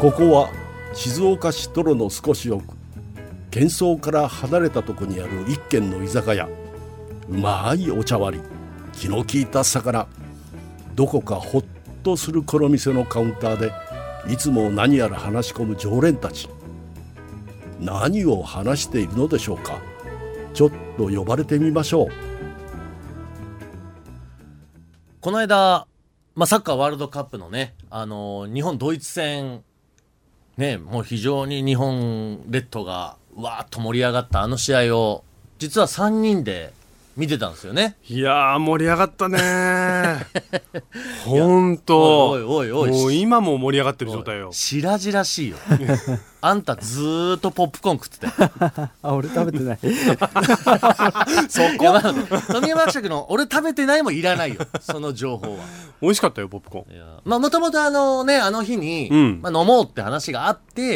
ここは静岡市泥の少し奥、喧騒から離れたとこにある一軒の居酒屋。うまいお茶割り、気の利いた魚、どこかほっとするこの店のカウンターでいつも何やら話し込む常連たち。何を話しているのでしょうか。ちょっと呼ばれてみましょう。 この間、サッカーワールドカップのね、日本ドイツ戦ね、もう非常に日本列島がわーっと盛り上がったあの試合を実は3人で見てたんですよね。 いやー盛り上がったねほんとおいもう今も盛り上がってる状態よ。 白々しいよあんたずーっとポップコーン食ってたよあ、俺食べてないそこ富山伯爵の俺食べてないもいらないよその情報は。 美味しかったよポップコーン。 もともとあの日に、飲もうって話があって、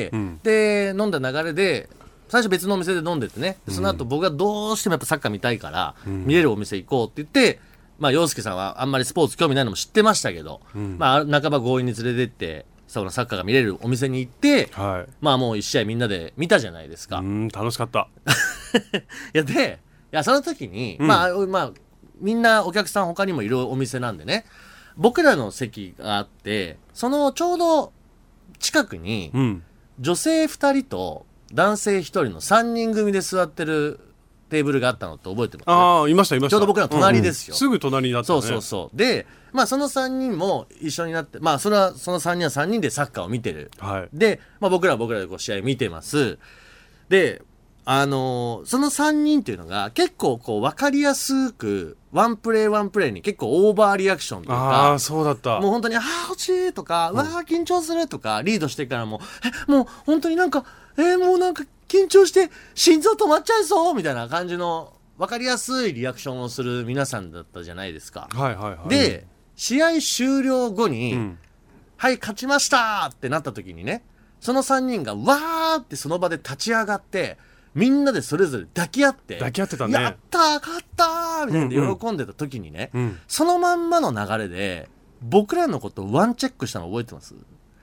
で飲んだ流れで最初別のお店で飲んでてね、その後僕がどうしてもやっぱサッカー見たいから、見れるお店行こうって言って、陽介さんはあんまりスポーツ興味ないのも知ってましたけど、半ば強引に連れてってそのサッカーが見れるお店に行って、もう一試合みんなで見たじゃないですか。 楽しかったいやその時に、みんなお客さん他にもいるお店なんでね、僕らの席があって、そのちょうど近くに、女性2人と男性1人の3人組で座ってるテーブルがあったのって覚えてます？ ああ、いました。 ちょうど僕らの隣ですよ。 すぐ隣になったね。 そうで、その3人も一緒になって、それはその3人は3人でサッカーを見てる、で、僕らでこう試合見てます。で、その3人っていうのが結構こう分かりやすくワンプレーに結構オーバーリアクションとか、 そうだった。 もう本当に欲しいとか、わー緊張するとかリードしてからももう本当にもう緊張して心臓止まっちゃいそうみたいな感じの分かりやすいリアクションをする皆さんだったじゃないですか。で、試合終了後に、はい勝ちましたってなった時にね、その3人がわーってその場で立ち上がってみんなでそれぞれ抱き合ってたね。 やったー勝ったーみたいな喜んでた時にね、そのまんまの流れで僕らのことをワンチェックしたの覚えてます？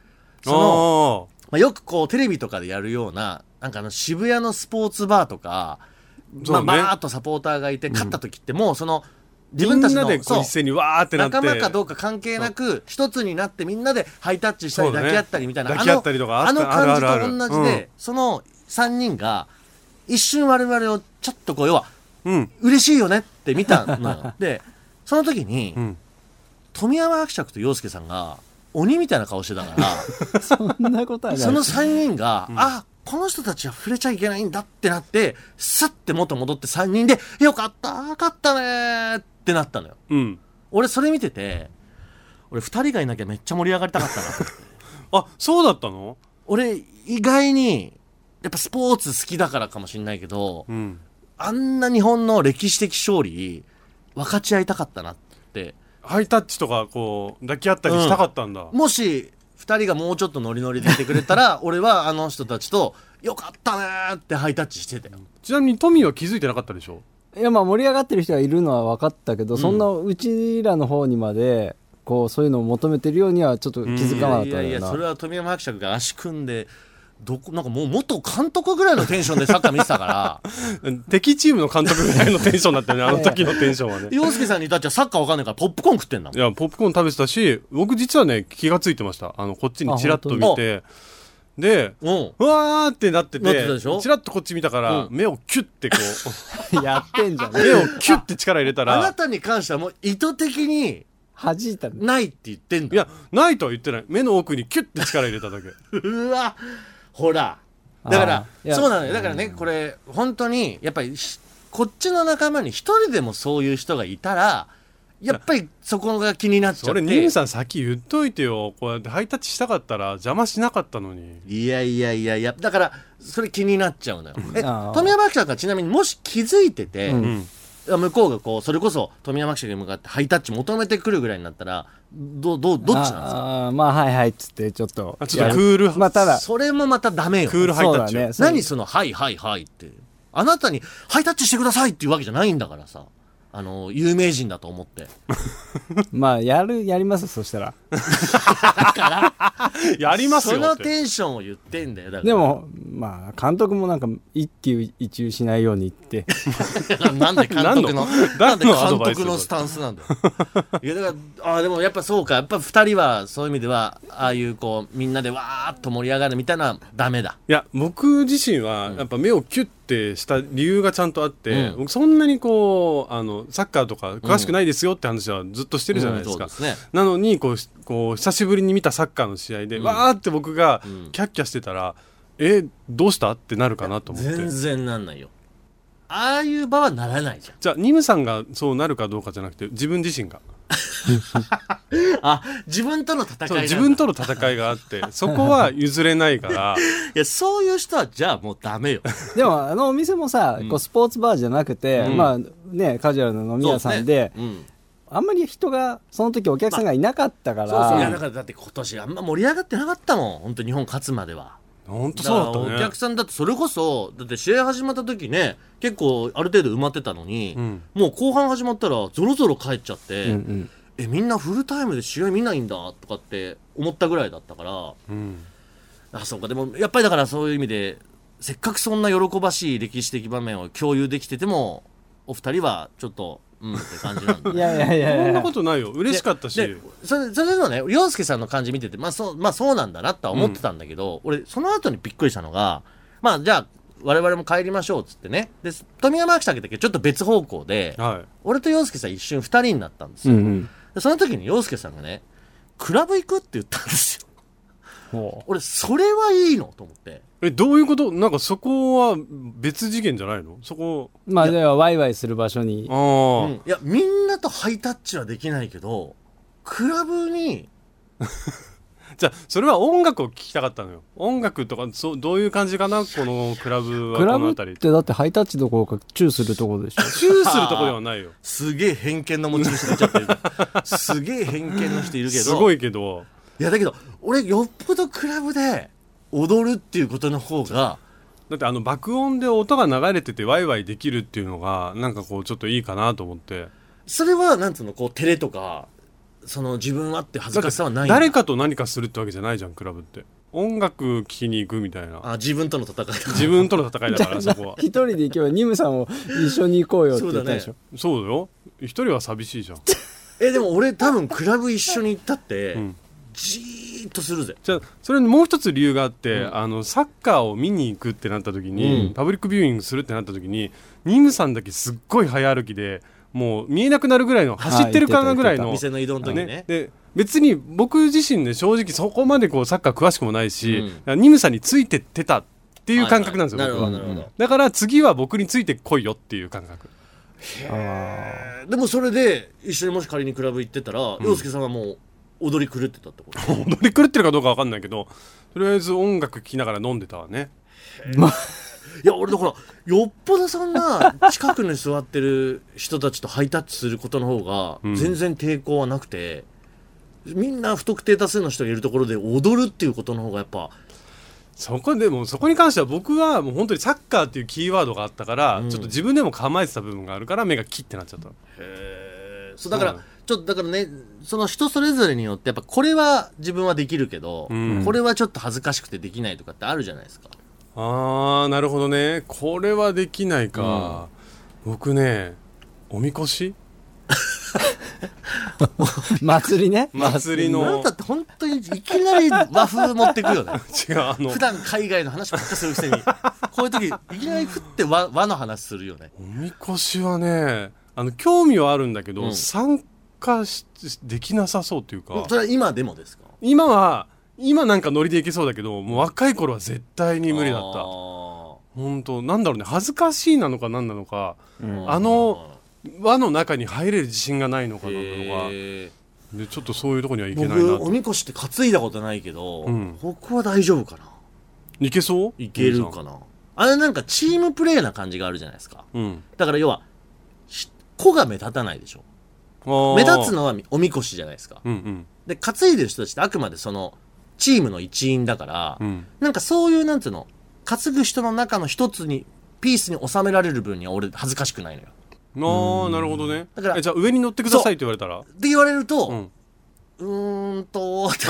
よくこうテレビとかでやるような、渋谷のスポーツバーとか、バーッとサポーターがいて勝った時ってもうその自分たちのみんなでこう一斉にわーってなって仲間かどうか関係なく一つになってみんなでハイタッチしたり抱き合ったりみたいな、 抱き合ったりとかあの感じと同じで、その3人が一瞬我々をちょっとこう要は、嬉しいよねって見たのよでその時に、富山伯爵と陽介さんが鬼みたいな顔してたからそんなことはない。 その3人が、この人たちは触れちゃいけないんだってなってスッて元戻って3人でよかった勝ったねーってなったのよ。俺それ見てて、俺2人がいなきゃめっちゃ盛り上がりたかったなあ、そうだったの？ 俺意外にやっぱスポーツ好きだからかもしれないけど、あんな日本の歴史的勝利分かち合いたかったなって。 ハイタッチとかこう抱き合ったりしたかったんだ。 もし2人がもうちょっとノリノリでいてくれたら俺はあの人たちとよかったねーってハイタッチしてたよ。 ちなみにトミーは気づいてなかったでしょ？ いや、盛り上がってる人がいるのは分かったけど、そんなうちらの方にまでこうそういうのを求めてるようにはちょっと気づかなかったよな。 いやそれは富山伯爵が足組んでもう元監督ぐらいのテンションでサッカー見てたから敵チームの監督ぐらいのテンションだったねあの時のテンションはね。 陽介さんに至っちゃサッカーわかんないからポップコーン食ってんだもん。 いやポップコーン食べてたし、僕実はね気がついてました。こっちにチラッと見て、でうわーってなっててチラッとこっち見たから、目をキュッてこうやってんじゃん。 目をキュッて力入れたら、 あなたに関してはもう意図的に弾いたないって言ってんだ。 いやないとは言ってない。目の奥にキュッて力入れただけうわほらだからそうなのよ。だからね、これ本当にやっぱりこっちの仲間に一人でもそういう人がいたらやっぱりそこが気になっちゃって。 それニムさん先言っといてよ。こうやってハイタッチしたかったら邪魔しなかったのに。 いやだからそれ気になっちゃうのよ。富山伯爵がちなみにもし気づいてて、向こうがこうそれこそ富山伯爵に向かってハイタッチ求めてくるぐらいになったらどっちなんですか？ はいっつってちょっとクール、 ただそれもまたダメよ。 クールハイタッチ、 ね、 何そのはいってあなたにハイタッチしてくださいっていうわけじゃないんだからさ。 有名人だと思ってまあやりますそしたらだからやりますよってそのテンションを言ってんだよだからでもまあ監督もなんか一喜一憂しないように言ってなんで監督の何の監督のスタンスなんだよいやだからでもやっぱそうかやっぱ2人はそういう意味ではああいうこうみんなでわーっと盛り上がるみたいなのはダメだ。 いや僕自身はやっぱ目をキュッてした理由がちゃんとあって、僕そんなにこうサッカーとか詳しくないですよって話はずっとしてるじゃないですか、 そうですね。 なのにこう久しぶりに見たサッカーの試合で、わーって僕がキャッキャしてたら、どうしたってなるかなと思って全然なんないよ。ああいう場はならないじゃん。 じゃあニムさんがそうなるかどうかじゃなくて自分自身が自分との戦いなんだ。 そう自分との戦いがあってそこは譲れないからいやそういう人はじゃあもうダメよでもお店もさ、こうスポーツバーじゃなくて、まあねカジュアルな飲み屋さんで、あんまり人がその時お客さんがいなかったから、 そうそういやだからだって今年あんま盛り上がってなかったもん本当日本勝つまでは。 本当そうだったね。 お客さんだってそれこそだって試合始まった時ね結構ある程度埋まってたのに、もう後半始まったらゾロゾロ帰っちゃって、みんなフルタイムで試合見ないんだとかって思ったぐらいだったから、そうかでもやっぱりだからそういう意味でせっかくそんな喜ばしい歴史的場面を共有できててもお二人はちょっとって感じなんだいやそんなことないよ嬉しかったしそれのね陽介さんの感じ見ててそうなんだなとは思ってたんだけど、俺その後にびっくりしたのがじゃあ我々も帰りましょうっつってねで富山秋田だけちょっと別方向で、俺と陽介さん一瞬2人になったんですよ、でその時に陽介さんがねクラブ行くって言ったんですよ。俺それはいいのと思って。 どういうこと？なんかそこは別次元じゃないの？そこまあではワイワイする場所に、 いやみんなとハイタッチはできないけどクラブにじゃあそれは音楽を聴きたかったのよ。音楽とかどういう感じかなこのクラブは。 クラブってだってハイタッチどころかチューするところでしょ。 チューするところではないよすげえ偏見の持ち主出ちゃってるすげえ偏見の人いるけどすごいけどいやだけど俺よっぽどクラブで踊るっていうことの方がだって爆音で音が流れててワイワイできるっていうのがなんかこうちょっといいかなと思って。 それはなんつうのこう照れとかその自分はって恥ずかしさはないんだ。誰かと何かするってわけじゃないじゃんクラブって。音楽聴きに行くみたいな。 自分との戦い自分との戦いだからそこは一人で行けばニムさんを一緒に行こうよって言ったでしょ。 そうだよ一人は寂しいじゃんでも俺多分クラブ一緒に行ったって、じーっとするぜ。 じゃあそれにもう一つ理由があって、サッカーを見に行くってなった時に、パブリックビューイングするってなった時にニムさんだけすっごい早歩きでもう見えなくなるぐらいの走ってるかなぐらいの店の移動の時にね。 で別に僕自身ね正直そこまでこうサッカー詳しくもないし、ニムさんについてってたっていう感覚なんですよ、僕は。だから次は僕についてこいよっていう感覚。 でもそれで一緒にもし仮にクラブ行ってたら陽介さんはもう踊り狂ってたってこと？ 踊り狂ってるかどうか分かんないけどとりあえず音楽聴きながら飲んでたわね。 いや俺だからよっぽどそんな近くに座ってる人たちとハイタッチすることの方が全然抵抗はなくて、みんな不特定多数の人がいるところで踊るっていうことの方がやっぱそこに関しては僕はもう本当にサッカーっていうキーワードがあったから、ちょっと自分でも構えてた部分があるから目がキッてなっちゃった。 そうだからちょっとだからねその人それぞれによってやっぱこれは自分はできるけど、これはちょっと恥ずかしくてできないとかってあるじゃないですか。 なるほどね。これはできないか、僕ねおみこし祭りね祭りのだって本当にいきなり和風持ってくよね違う普段海外の話ばっかするくせにこういう時いきなり振って和の話するよね。 おみこしはね興味はあるんだけど、参加できなさそうというか。 それは今でもですか？ 今なんかノリでいけそうだけどもう若い頃は絶対に無理だった。本当なんだろうね恥ずかしいなのか何なのか、輪の中に入れる自信がないのかなのかでちょっとそういうとこにはいけないなと。 僕おみこしって担いだことないけど、僕は大丈夫かな。 いけそう？ いけるかな。あれなんかチームプレーな感じがあるじゃないですか、だから要は子が目立たないでしょ。目立つのはおみこしじゃないですか、で担いでる人たちってあくまでそのチームの一員だから、なんかそういうなんていうの担ぐ人の中の一つにピースに収められる分には俺恥ずかしくないのよ。 ああなるほどね。 だからじゃあ上に乗ってくださいって言われたらって言われると、 うんって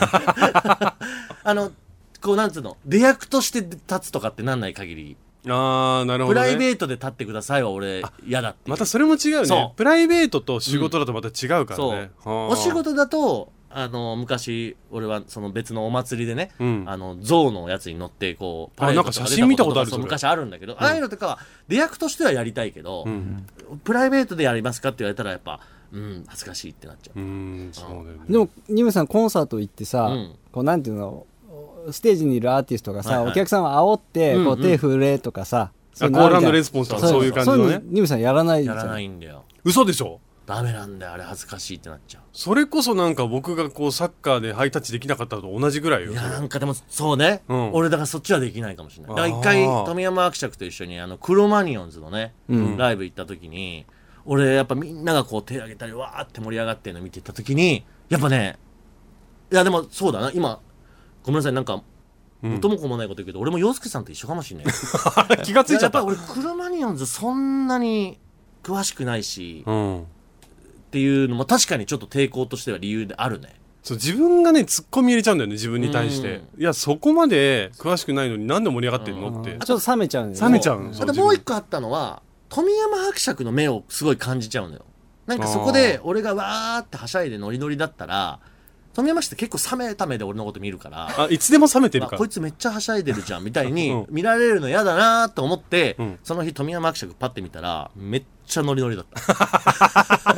こうなんつうの出役として立つとかってなんない限り、 ああなるほどね。 プライベートで立ってくださいは俺嫌だっていう。 またそれも違うね。 そうプライベートと仕事だとまた違うからそう、 ね。はあお仕事だと昔俺はその別のお祭りでね、 うん象のやつに乗ってこうあなんか写真見たことあるそれそう昔あるんだけど、ああいうのとかは出役としてはやりたいけど、 うんプライベートでやりますかって言われたらやっぱ恥ずかしいってなっちゃう。 そうだよね。 でもニムさんコンサート行ってさ、 うんこうなんていうのステージにいるアーティストがさ、 はいはいお客さんを煽って、こう手振れとかさ、そういうのあるじゃんコール&レスポンスとかそういう感じのね。 そういうのニムさんやらないじゃん。 やらないんだよ。 嘘でしょ。 ダメなんだよあれ、恥ずかしいってなっちゃう。 それこそなんか僕がこうサッカーでハイタッチできなかったのと同じぐらいよ。 いやなんかでもそうね、 うん俺だからそっちはできないかもしれない。だから一あ回ー富山伯爵と一緒にクロマニオンズのね、ライブ行った時に俺やっぱみんながこう手挙げたりわーって盛り上がってるの見てた時にやっぱね、いやでもそうだな、今ごめんなさいなんか元も子もないこと言うけど、俺も洋介さんと一緒かもしれない気がついちゃった。 やっぱり俺クロマニオンズそんなに詳しくないし、 うん。 っていうのも確かにちょっと抵抗としては理由であるね。 そう自分がねツッコミ入れちゃうんだよね自分に対して。 うんいやそこまで詳しくないのになんで盛り上がってんのって。 ちょっと冷めちゃうんだよね。 冷めちゃうの。 あともう一個あったのは富山伯爵の目をすごい感じちゃうのよ。なんかそこで俺がわーってはしゃいでノリノリだったら富山市って結構冷めた目で俺のこと見るから、 あいつでも冷めてるから。 こいつめっちゃはしゃいでるじゃんみたいにうん見られるの嫌だなと思って、 うんその日富山伯爵パッて見たらめっちゃノリノリだった。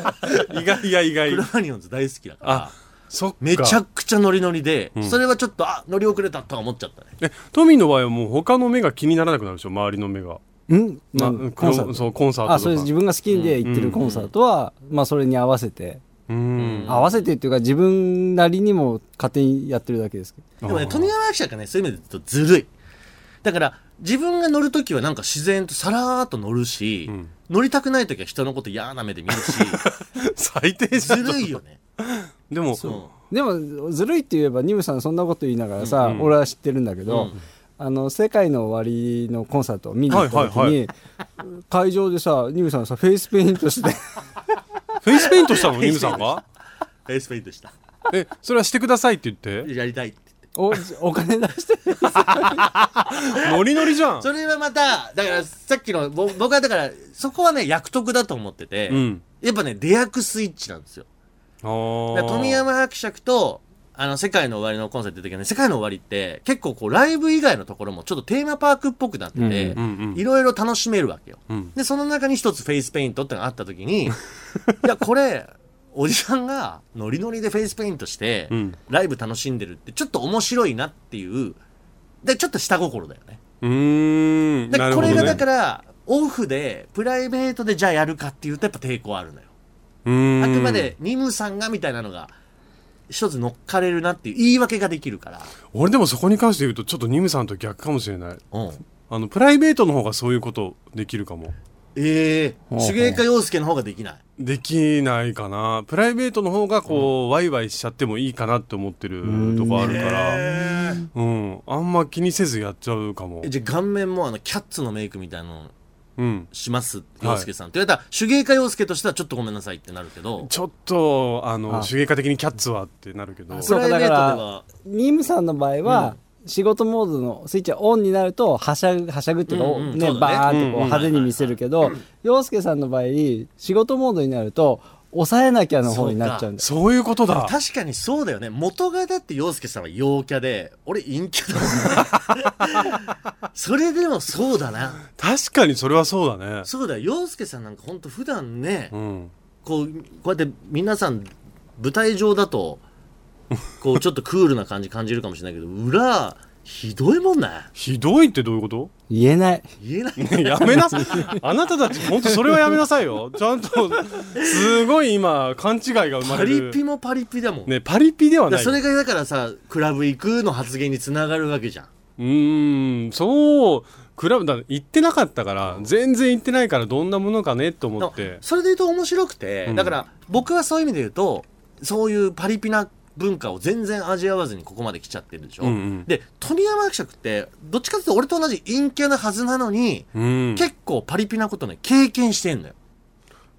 意外や意外ク。ロマニオンズ大好きだからあそっか。 めちゃくちゃノリノリで、 んそれはちょっと乗り遅れたとは思っちゃったね。 トミーの場合はもう他の目が気にならなくなるでしょ周りの目が。 うんコンサート。そうコンサートとか。 あ、それ自分が好きで行ってるコンサートは、まあそれに合わせて、合わせてっていうか自分なりにも勝手にやってるだけですけど。 でもね、富山伯爵がね、そういう意味で言うとずるい。だから、自分が乗るときはなんか自然とさらーっと乗るし、乗りたくないときは人のこと嫌な目で見るし、 最低じゃずん。 るいよね。 でもでもずるいって言えばニムさんそんなこと言いながらさ、俺は知ってるんだけど、世界の終わりのコンサートを見に行った時に、 はいはい会場でさニムさんさフェイスペイントしてフェイスペイントしたのニムさんが。 フェイスペイントした。 それはしてくださいって言って。 やりたいって言って。 お金出してノリノリじゃん。 それはまた、だからさっきの、僕はだから、そこはね、役得だと思ってて、 うんやっぱね、出役スイッチなんですよ。だから富山伯爵と、世界の終わりのコンサート行った時はね、世界の終わりって結構こうライブ以外のところもちょっとテーマパークっぽくなってて、いろいろ楽しめるわけよ。で、その中に一つフェイスペイントってのがあった時に、いや、これ、おじさんがノリノリでフェイスペイントして、ライブ楽しんでるってちょっと面白いなっていう、で、ちょっと下心だよね。 なるほどね。 これがだから、オフで、プライベートでじゃあやるかっていうとやっぱ抵抗あるのよ。あくまでニムさんがみたいなのが一つ乗っかれるなっていう言い訳ができるから。 俺でもそこに関して言うとちょっとニムさんと逆かもしれない。 うん。 プライベートの方がそういうことできるかも。 手芸家陽介の方ができない。 できないかな。プライベートの方がこう、ワイワイしちゃってもいいかなって思ってるとこあるからあんま気にせずやっちゃうかも。 じゃあ顔面もキャッツのメイクみたいなのしますはい陽介さんって言われたら手芸家陽介としてはちょっとごめんなさいってなるけど、 ちょっと手芸家的にキャッツはってなるけど。 プライベートでだからはニムさんの場合は、仕事モードのスイッチがオンになるとはしゃぐっていうか、 そうだねバーンってこう派手に見せるけど、陽介さんの場合仕事モードになると抑えなきゃの方になっちゃうんだよ。 そういうことだ。 確かにそうだよね。元がだって陽介さんは陽キャで俺陰キャだもんねそれでもそうだな。 確かにそれはそうだね。 そうだよ。陽介さんなんかほんと普段ね、 うん。 こうやって皆さん舞台上だとこうちょっとクールな感じ感じるかもしれないけど、裏ひどいもんね。 ひどいってどういうこと？ 言えない。 言えないやめなさい。あなたたち本当それはやめなさいよ。ちゃんとすごい今勘違いが生まパれる。 リピもパリピだもん、 ね、パリピではない。 それがだからさクラブ行くの発言につながるわけじゃん。 そうクラブだ行ってなかったから全然行ってないからどんなものかねと思ってそれで言うと面白くて、だから僕はそういう意味で言うとそういうパリピな文化を全然味わわずにここまで来ちゃってるでしょ、で富山伯爵ってどっちかというと俺と同じ陰キャなはずなのに、結構パリピなことね経験してんのよ。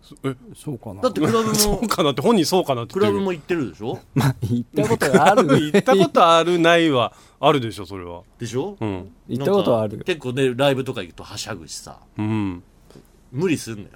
そうかな。 だってクラブもそうかなって本人そうかなってク言ってるラブも行ってるでしょまあ行ったことがある行ったことあるないはあるでしょそれは。 でしょ、 うん行ったことはある。 結構ねライブとか行くとはしゃぐしさ、 うん無理すんのよ。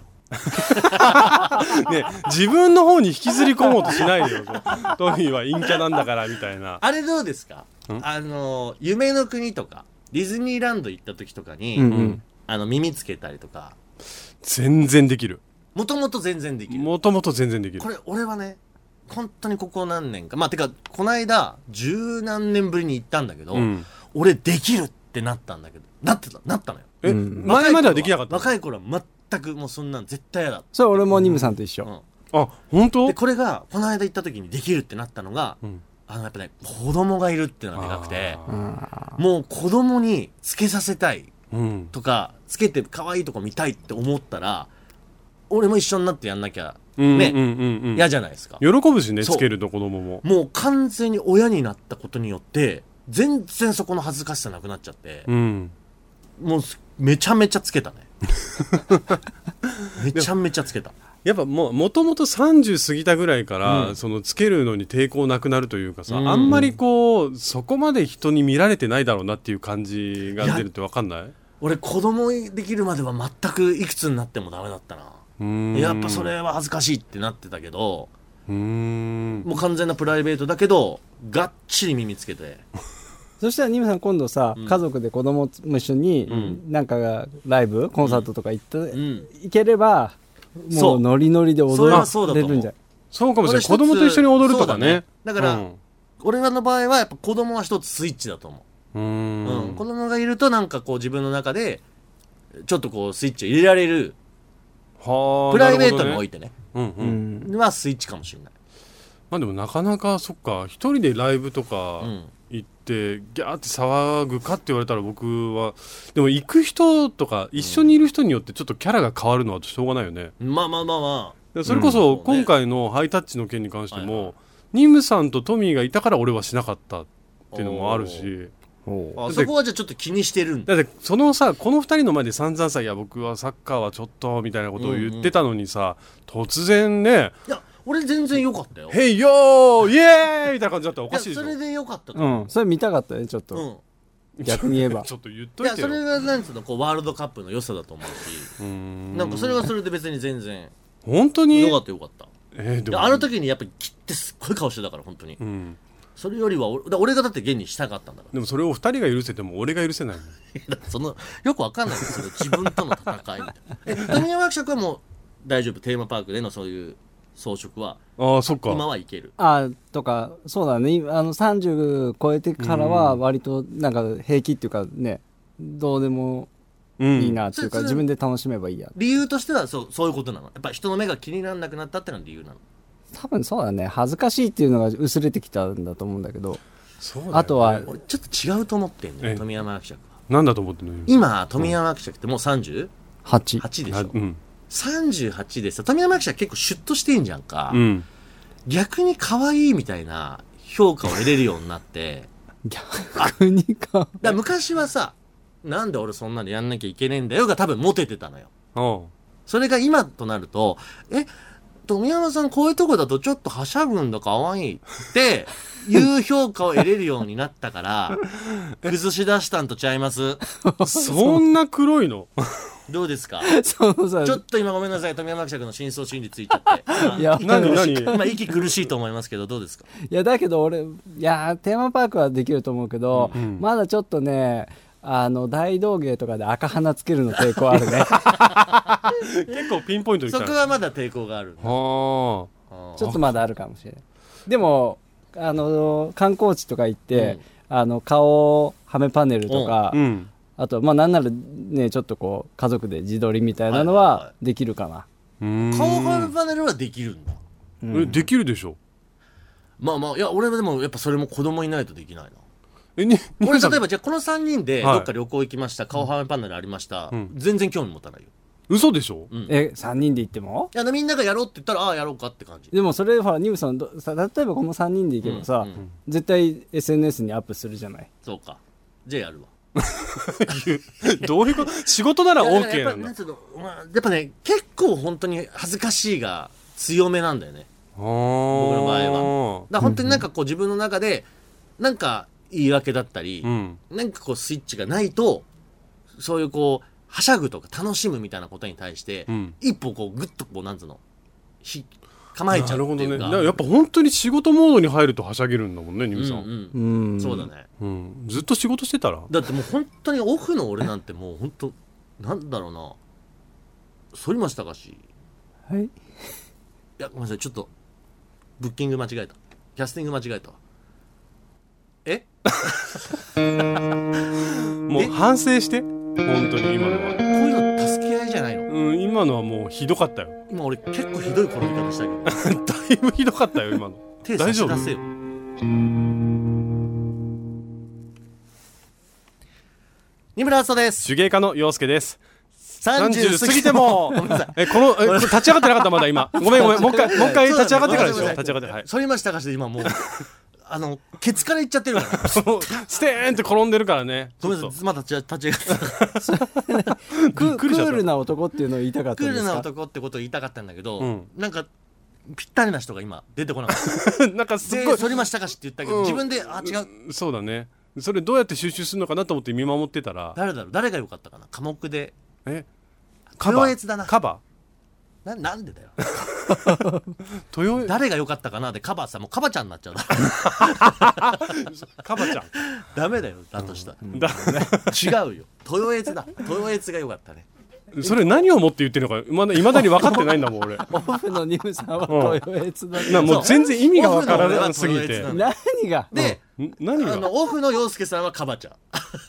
ね、自分の方に引きずり込もうとしないでよトミーは陰キャなんだからみたいな。 あれどうですか？夢の国とかディズニーランド行った時とかに、 うん耳つけたりとか全然できる。 もともと全然できる。 もともと全然できる。 これ俺はね本当にここ何年かてかこの間十何年ぶりに行ったんだけど、俺できるってなったんだけどなったのよ。 前まではできなかった。 若い頃は全くもうそんなん絶対嫌だ。 それ俺もニムさんと一緒。 あ本当？ でこれがこの間行った時にできるってなったのが、やっぱね子供がいるっていうのがでかくて、もう子供につけさせたいとか、つけて可愛いとこ見たいって思ったら俺も一緒になってやんなきゃね、嫌じゃないですか。 喜ぶしねつけると子供も。 もう完全に親になったことによって全然そこの恥ずかしさなくなっちゃって、もうめちゃめちゃつけたね。めちゃめちゃつけた。 やっぱもともと30過ぎたぐらいから、そのつけるのに抵抗なくなるというかさ、あんまりこうそこまで人に見られてないだろうなっていう感じが出るって分かんない？俺子供できるまでは全くいくつになってもダメだったな。やっぱそれは恥ずかしいってなってたけど、もう完全なプライベートだけどがっちり耳つけてそしたらニムさん今度さ、家族で子供も一緒になんかライブコンサートとか行ければもうノリノリで踊れるんじゃない？ そうかもしれない。子供と一緒に踊るとかね。 だから俺らの場合はやっぱ子供は一つスイッチだと思う。子供がいるとなんかこう自分の中でちょっとこうスイッチを入れられる、プライベートにおいてねはスイッチかもしれない。 まあでもなかなかそっか一人でライブとか行ってギャーって騒ぐかって言われたら僕はでも行く人とか一緒にいる人によってちょっとキャラが変わるのはしょうがないよね。 まあそれこそ今回のハイタッチの件に関しても、ニムさんとトミーがいたから俺はしなかったっていうのもあるし、 そこはじゃあちょっと気にしてるんだってそのさこの2人の前で散々さいや僕はサッカーはちょっとみたいなことを言ってたのにさ、突然ねいや俺全然良かったよ。 ヘイヨーイエーイみたいな感じだったらおかしいでしょ。 それで良かったと。 それ見たかったねちょっと、逆に言えばちょっと言っといてよ。 いやそれがなんつうのこうワールドカップの良さだと思うし、なんかそれはそれで別に全然本当に良かったでもあの時にやっぱり切ってすっごい顔してたから本当に、それよりは俺がだって現にしたかったんだから。 でもそれを2人が許せても俺が許せないそのよくわかんないですその自分との戦いみたいな。富山伯爵はもう大丈夫？テーマパークでのそういう装飾はそっか今はいけるとかそうだね。30超えてからは割となんか平気っていうかね、どうでもいいなっていうか、自分で楽しめばいいや。 理由としてはそういうことなの？やっぱ人の目が気にならなくなったってのが理由なの？ 多分そうだね。恥ずかしいっていうのが薄れてきたんだと思うんだけど、 そうだよね、 あとは俺ちょっと違うと思ってんのよ富山伯爵は。 なんだと思ってんの？ 今富山伯爵ってもう38でしょ、38でさ富山伯爵結構シュッとしてんじゃんか、逆に可愛いみたいな評価を得れるようになって逆にかだ昔はさなんで俺そんなのやんなきゃいけねえんだよが多分モテてたのよ。それが今となると富山さんこういうとこだとちょっとはしゃぐんだ可愛いっていう評価を得れるようになったから崩し出したんとちゃいます？ そんな黒いの？ どうですか？ そうそう、 ちょっと今ごめんなさい富山伯爵の深層心理ついちゃっていや何今息苦しいと思いますけどどうですか？ いやだけど俺テーマパークはできると思うけど、まだちょっとね大道芸とかで赤鼻つけるの抵抗あるね結構ピンポイントに来た。 そこはまだ抵抗がある。 ちょっとまだあるかもしれない。でも観光地とか行って、顔はめパネルとか、あとなんならねちょっとこう家族で自撮りみたいなのはできるかな。 顔はめパネルはできるんだ。 できるでしょ。 いや俺はでもやっぱそれも子供いないとできないな。俺例えばじゃあこの3人でどっか旅行行きました、顔はめパネルありました、全然興味持たないよ。 嘘でしょ、 3人で行ってもいやみんながやろうって言ったらやろうかって感じ。 でもそれほらニムさん例えばこの3人で行けばさ、絶対 SNS にアップするじゃない。 そうかじゃあやるわ。 どういうこと？仕事なら OK なんだ。 やっぱね結構本当に恥ずかしいが強めなんだよね、僕の場合は。だから本当になんかこう自分の中でなんか言い訳だったり、なんかこうスイッチがないとそういうこうはしゃぐとか楽しむみたいなことに対して、一歩こうグッとこうなんつうの構えちゃうっていうか。 なるほどね。やっぱ本当に仕事モードに入るとはしゃげるんだもんね、ニムさん。 そうだね、 ずっと仕事してたら。 だってもう本当にオフの俺なんてもう本当なんだろうな、反町隆史、 はい、 いやごめんなさい、ちょっとブッキング間違えた、キャスティング間違えた。 もう反省して、本当に今のは。 こういうの助け合いじゃないの？ 今のはもうひどかったよ。 今俺結構ひどい転び方したけどだいぶひどかったよ今の。 手差し出せよ。二村敦人です。 手芸家の陽介です。 30 過ぎてもこの立ち上がってなかったまだ今。ごめんもう一回立ち上がってからでしょ。立ち上がって、はい。 反町隆史で今もうケツからいっちゃってるからステーンって転んでるからね。 ごめんなさい、まだ立ち上がってクールな男っていうのを言いたかったんですか？ クールな男ってことを言いたかったんだけど、なんかぴったりな人が今出てこなかったなんかすごい反町隆史って言ったけど、自分で違う。 そうだね。それどうやって収集するのかなと思って見守ってたら、 誰が良かったかな。科目でカバだな。 カバなんでだよ豊誰が良かったかなでカバさ、もうカバちゃんになっちゃうカバちゃんダメだよ、だとしたら、違うよ、豊悦だ。豊悦が良かったね。 それ何をもって言ってるのかいまだに分かってないんだもん俺。 オフのニムさんは豊悦だ、 もう全然意味が分からなすぎて。 何がで、 何がオフの陽介さんはカバちゃん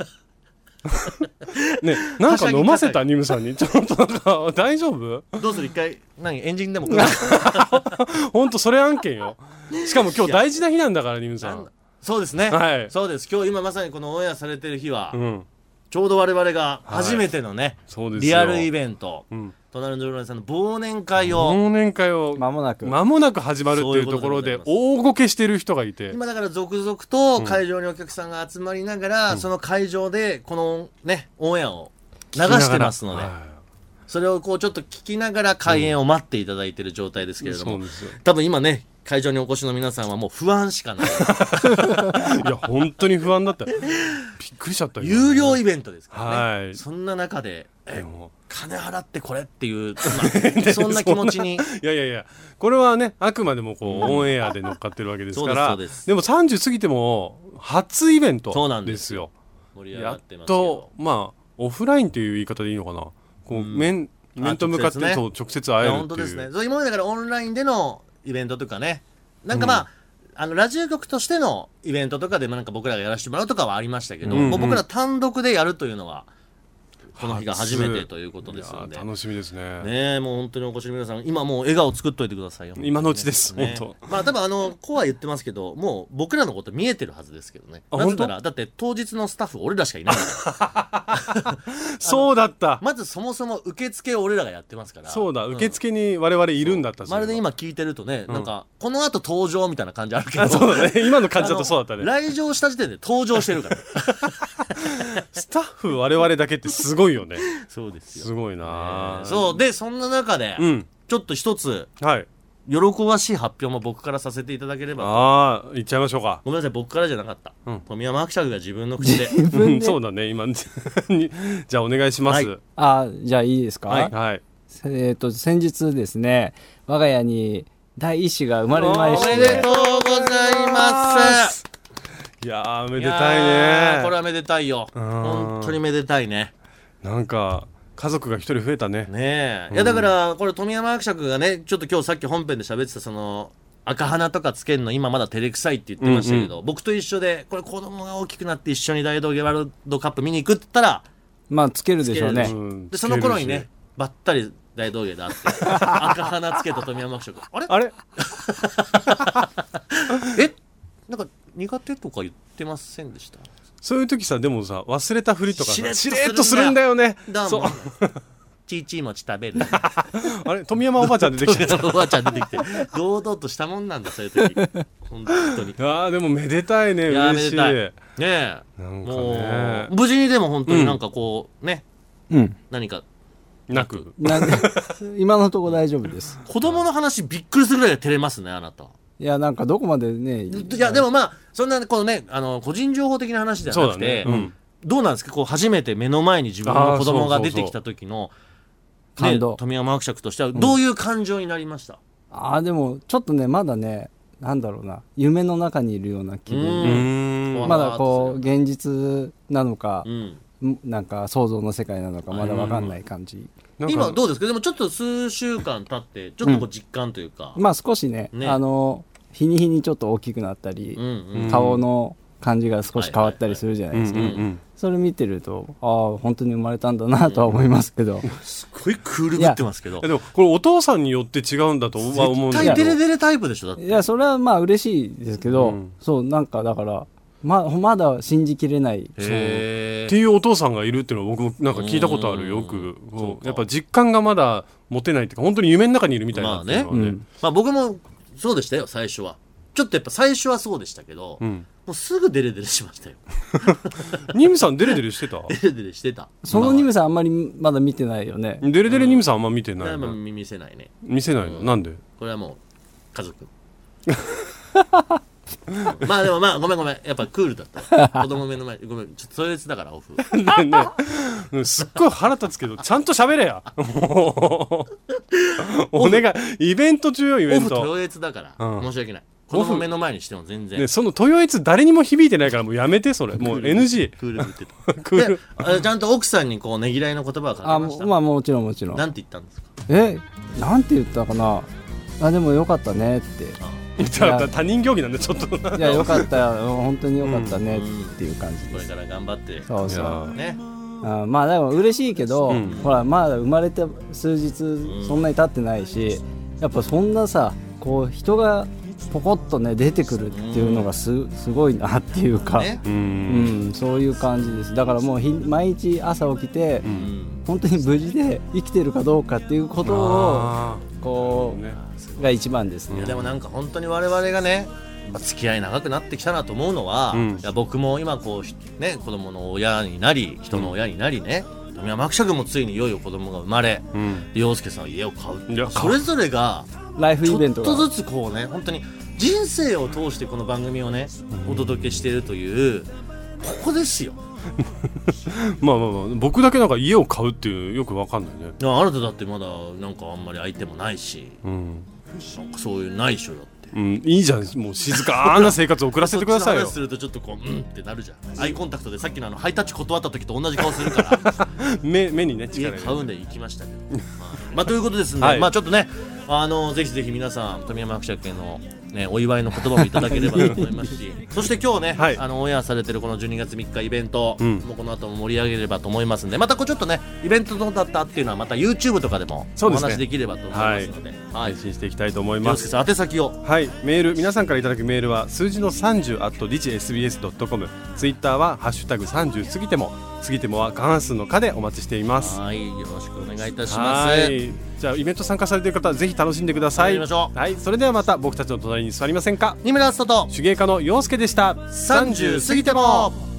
ね、なんか飲ませたニムさんにちょっとなんか大丈夫？ どうする？一回エンジンでもほんとそれ案件よ。しかも今日大事な日なんだからニムさん。 そうですね、 はい、 そうです。今まさにこのオンエアされてる日は、ちょうど我々が初めてのね、リアルイベント、隣の常連さんの忘年会を間もなく始まるっていうところで大ごけしてる人がいて、 今だから続々と会場にお客さんが集まりながら、その会場でこのねオンエアを流してますので、それをこうちょっと聞きながら開演を待っていただいている状態ですけれども、多分今ね会場にお越しの皆さんはもう不安しかないいや本当に不安だった。びっくりしちゃったよ、ね、 有料イベントですからね、 はい、 そんな中で金払ってこれっていう、そんな気持ちにいやこれはねあくまでもこうオンエアで乗っかってるわけですからでも30過ぎても初イベントですよ。やっとオフラインという言い方でいいのかな、こう面と向かって直接会えるっていう。 本当ですね。今までだからオンラインでのイベントとかね、なんかラジオ局としてのイベントとかでなんか僕らがやらせてもらうとかはありましたけど、もう僕ら単独でやるというのはこの日が初めてということですので、 楽しみですね。 ねえ、もう本当にお越しの皆さん今もう笑顔作っといてくださいよ。 今のうちです、ね、本当。 多分こうは言ってますけど、もう僕らのこと見えてるはずですけどね。なぜならだって当日のスタッフ俺らしかいないからそうだった。 まずそもそも受付を俺らがやってますから。 そうだ、受付に我々いるんだった。 まるで今聞いてるとね、なんかこの後登場みたいな感じあるけど、 そうだね、今の感じだとそうだったね。 来場した時点で登場してるからスタッフ我々だけってすごいよね。 そうですよ、 すごいな、 そうで、そんな中で、ちょっと一つ、喜ばしい発表も僕からさせていただければ。 言っちゃいましょうか。 ごめんなさい、僕からじゃなかった、富山伯爵が自分の口でそうだね今じゃあお願いします。 じゃあいいですか。 はい、 先日ですね、我が家に第一子が生まれまして、 おめでとうございます。 いやーめでたいね。 これはめでたいよ、本当にめでたいね。 なんか家族が一人増えたね。 ねえ、いやだからこれ富山伯爵がね、ちょっと今日さっき本編で喋ってたその赤鼻とかつけるの今まだ照れくさいって言ってましたけど、僕と一緒でこれ子供が大きくなって一緒に大道芸ワールドカップ見に行くって言ったらつけるでしょうね。 でその頃にねばったり大道芸で会って赤鼻つけた富山伯爵あれなんか苦手とか言ってませんでした？ そういう時さ、でもさ忘れたふりとかしれっとするんだよね。 そうちいちい餅食べるあれ富山おばあちゃん出てきておばあちゃん出てきて堂々としたもんなんだそういう時本当に。 ああでもめでたいね。 いや嬉しい。 めでたいねえ。 なんかねもう無事にでも本当になんかこうね、何かなく今のところ大丈夫です。 子供の話びっくりするぐらい照れますねあなた。 いやなんかどこまでね。 いやでもまあそんなこのね個人情報的な話ではなくて、どうなんですかこう初めて目の前に自分の子供が出てきた時の感動、 富山伯爵としてはどういう感情になりました？ でもちょっとねまだねなんだろうな夢の中にいるような気分でまだこう現実なのか、なんか想像の世界なのかまだ分かんない感じ。 今どうですか？でもちょっと数週間経ってちょっとこう実感というか、 まあ少しね日に日にちょっと大きくなったり、顔の感じが少し変わったりするじゃないですか。それ見てると本当に生まれたんだなとは思いますけど、 すごいクールぶってますけど。 でもこれお父さんによって違うんだとは思うんだけど。 絶対デレデレタイプでしょだって。 いやそれはまあ嬉しいですけど、そうなんかだからまだ信じきれないっていうお父さんがいるっていうのは僕もなんか聞いたことある。よくやっぱ実感がまだ持てないっていうか本当に夢の中にいるみたいなっていうのはね。 まあ僕もそうでしたよ最初は。ちょっとやっぱ最初はそうでしたけど、もうすぐデレデレしましたよ。 ニムさんデレデレしてた？ デレデレしてた。 そのニムさんあんまりまだ見てないよね。 デレデレニムさんあんま見てない。 見せないね。 見せないの？なんで？ これはもう家族。まあでもまあごめんやっぱクールだった子供目の前ごめんちょっとそれだからオフねすっごい腹立つけどちゃんと喋れやもうお願いイベント中よイベントオフ豊悦だから、申し訳ない子供目の前にしても全然、 ね、その豊悦誰にも響いてないからもうやめてそれもう NG クール言ってたクールちゃんと奥さんにこうねぎらいの言葉をかけました。 まあもちろんなんて言ったんですか？ なんて言ったかな。でもよかったねって他人行儀なんでちょっといやよかった本当によかったねっていう感じです。 これから頑張ってそうね。 まあでも嬉しいけど、ほらまだ生まれて数日そんなに経ってないし、やっぱそんなさこう人がポコッとね出てくるっていうのがすごいなっていうか、そういう感じです。だからもう毎日朝起きて、本当に無事で生きてるかどうかっていうことをこうが一番ですね。 いやでもなんか本当に我々がね付き合い長くなってきたなと思うのは、いや僕も今こうね子供の親になり人の親になりね、富山伯爵もついにいよいよ子供が生まれ、陽介さんは家を買う、それぞれがライフイベントがちょっとずつこうね本当に人生を通してこの番組をねお届けしているというここですよ。 まあ僕だけなんか家を買うっていうよくわかんないね。 あなただってまだなんかあんまり相手もないし、なんかそういうないっしょだって。 いいじゃんもう静かな生活を送らせてくださいよ。 そっちの話するとちょっとこうってなるじゃん。アイコンタクトでさっきのハイタッチ断った時と同じ顔するから目にね力買うんで行きましたけどまあということですね、まあちょっとねぜひ皆さん富山伯爵へのね、お祝いの言葉もいただければと思いますしそして今日ね、オンエアされてるこの12月3日イベント、もうこの後も盛り上げればと思いますんでまたこうちょっとねイベントどうだったっていうのはまた YouTube とかでもお話できればと思いますので、 配信していきたいと思います。 宛先をメール皆さんからいただくメールは数字の30 @digsbs.com ツイッターはハッシュタグ30過ぎてもは過半数の課でお待ちしています。 よろしくお願いいたします。 じゃあイベント参加されている方はぜひ楽しんでください。それではまた僕たちの隣に座りませんか。 二村敦人と手芸家の陽介でした。 30過ぎても。